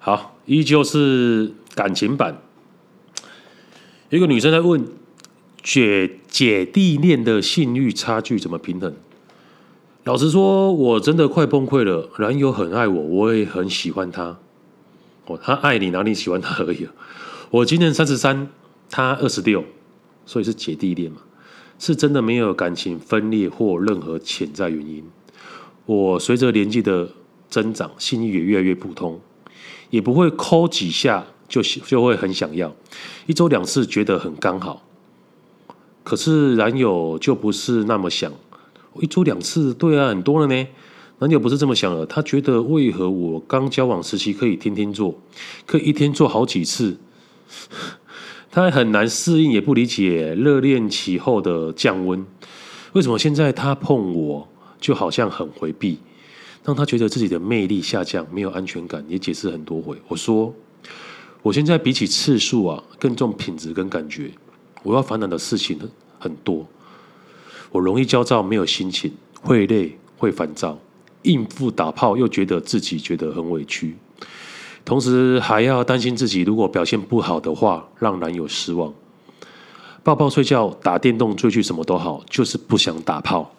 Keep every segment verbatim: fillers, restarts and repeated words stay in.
好，依旧是感情版。有一个女生在问姐姐弟恋的性欲差距怎么平衡？老实说，我真的快崩溃了。男友很爱我，我也很喜欢他。哦，他爱你，哪里喜欢他而已。我今年三十三，他二十六，所以是姐弟恋嘛，是真的没有感情分裂或任何潜在原因。我随着年纪的增长，性欲也越来越普通，也不会抠几下就就会很想要，一周两次觉得很刚好。可是男友就不是那么想，一周两次，对啊，很多了呢。男友不是这么想的，他觉得为何我刚交往时期可以天天做，可以一天做好几次，他很难适应，也不理解热恋期后的降温。为什么现在他碰我就好像很回避，让他觉得自己的魅力下降，没有安全感，也解释很多回。我说，我现在比起次数啊，更重品质跟感觉。我要烦恼的事情很多，我容易焦躁，没有心情，会累，会烦躁，应付打炮又觉得自己觉得很委屈，同时还要担心自己如果表现不好的话，让男友失望。抱抱睡觉、打电动、追剧什么都好，就是不想打炮。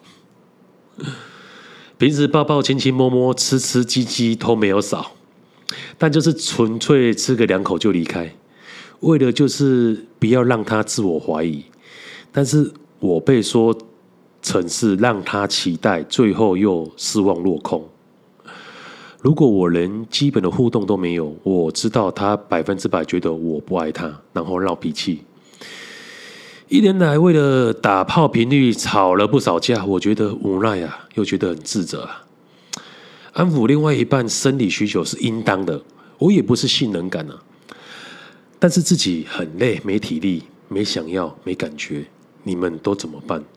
平时抱抱、亲亲、摸摸、吃吃鸡鸡都没有少，但就是纯粹吃个两口就离开，为了就是不要让他自我怀疑。但是我被说成是让他期待，最后又失望落空。如果我连基本的互动都没有，我知道他百分之百觉得我不爱他，然后闹脾气。一年来为了打炮频率吵了不少架，我觉得无奈啊，又觉得很自责啊。安抚另外一半生理需求是应当的，我也不是性能感啊，但是自己很累，没体力，没想要，没感觉，你们都怎么办？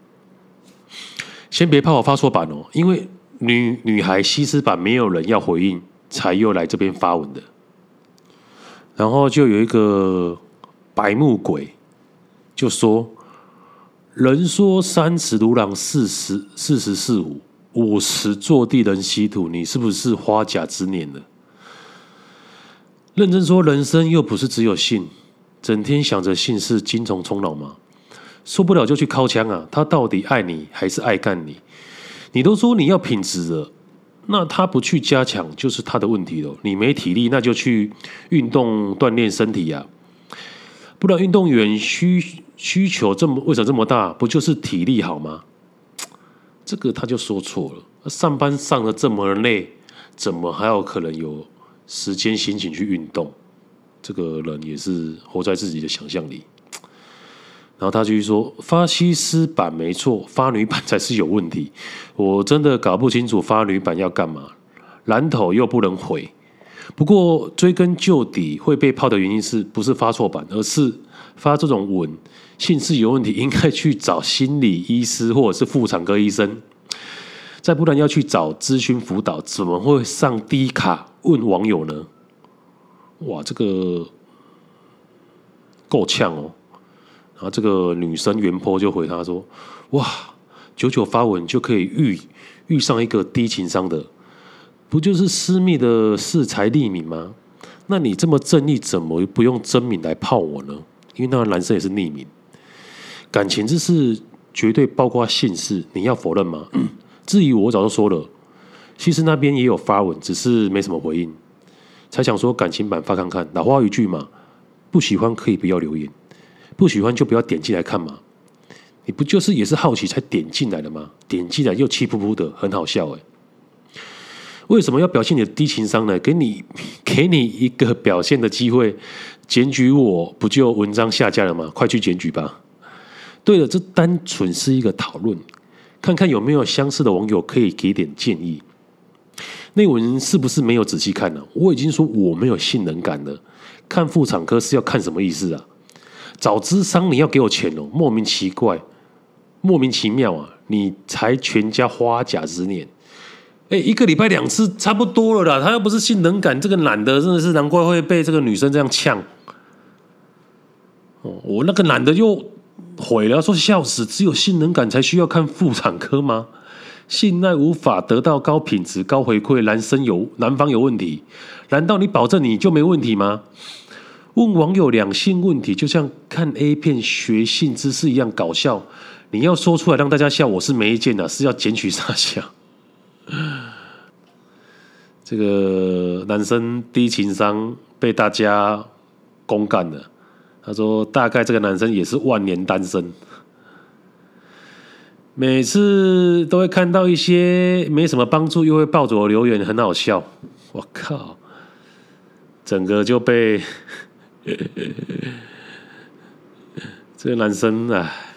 先别怕我发错版哦，因为女女孩西施版没有人要回应，才又来这边发文的。然后就有一个白目鬼就说：“人说三十如狼，四十四十四五，五十坐地人稀土，你是不是花甲之年了？”认真说，人生又不是只有性，整天想着性是精虫充脑吗？受不了就去靠枪啊！他到底爱你还是爱干你？你都说你要品质了，那他不去加强就是他的问题了。你没体力，那就去运动锻炼身体啊！不然运动员需需求这么为什么这么大？不就是体力好吗？这个他就说错了。上班上的这么累，怎么还有可能有时间心情去运动？这个人也是活在自己的想象里。然后他继续说，发西施版没错，发女版才是有问题。我真的搞不清楚发女版要干嘛，蓝头又不能回。不过追根究底，会被泡的原因是不是发错版，而是发这种文性事有问题，应该去找心理医师或者是妇产科医生，再不然要去找咨询辅导，怎么会上低卡问网友呢？哇，这个够呛哦。然后这个女生原 po 就回他说：“哇，久久发文就可以遇遇上一个低情商的，不就是私密的事才匿名吗？那你这么正义，怎么不用真名来泡我呢？因为那个男生也是匿名。感情之事绝对包括性事，你要否认吗？至于我早就说了，其实那边也有发文，只是没什么回应，才想说感情版发看看。老话一句嘛，不喜欢可以不要留言。”不喜欢就不要点进来看嘛，你不就是也是好奇才点进来的吗？点进来又气噗噗的，很好笑哎。为什么要表现你的低情商呢？给你给你一个表现的机会，检举我不就文章下架了吗？快去检举吧。对了，这单纯是一个讨论，看看有没有相似的网友可以给点建议。内文是不是没有仔细看呢、啊？我已经说我没有性能感了，看妇产科是要看什么意思啊？找諮商你要给我钱哦，莫名奇怪，莫名其妙啊！你才全家花甲之年，哎，一个礼拜两次差不多了啦。他又不是性能感，这个男的真的是难怪会被这个女生这样呛。哦，我那个男的又毁了，说笑死，只有性能感才需要看妇产科吗？ 性爱无法得到高品质、高回馈，男生有男方有问题，难道你保证你就没问题吗？问网友两性问题，就像看 A 片学性知识一样搞笑。你要说出来让大家笑，我是没意见的，是要检举啥笑？这个男生低情商被大家公干了。他说，大概这个男生也是万年单身。每次都会看到一些没什么帮助又会抱着我留言，很好笑。我靠，整个就被这个男生啊。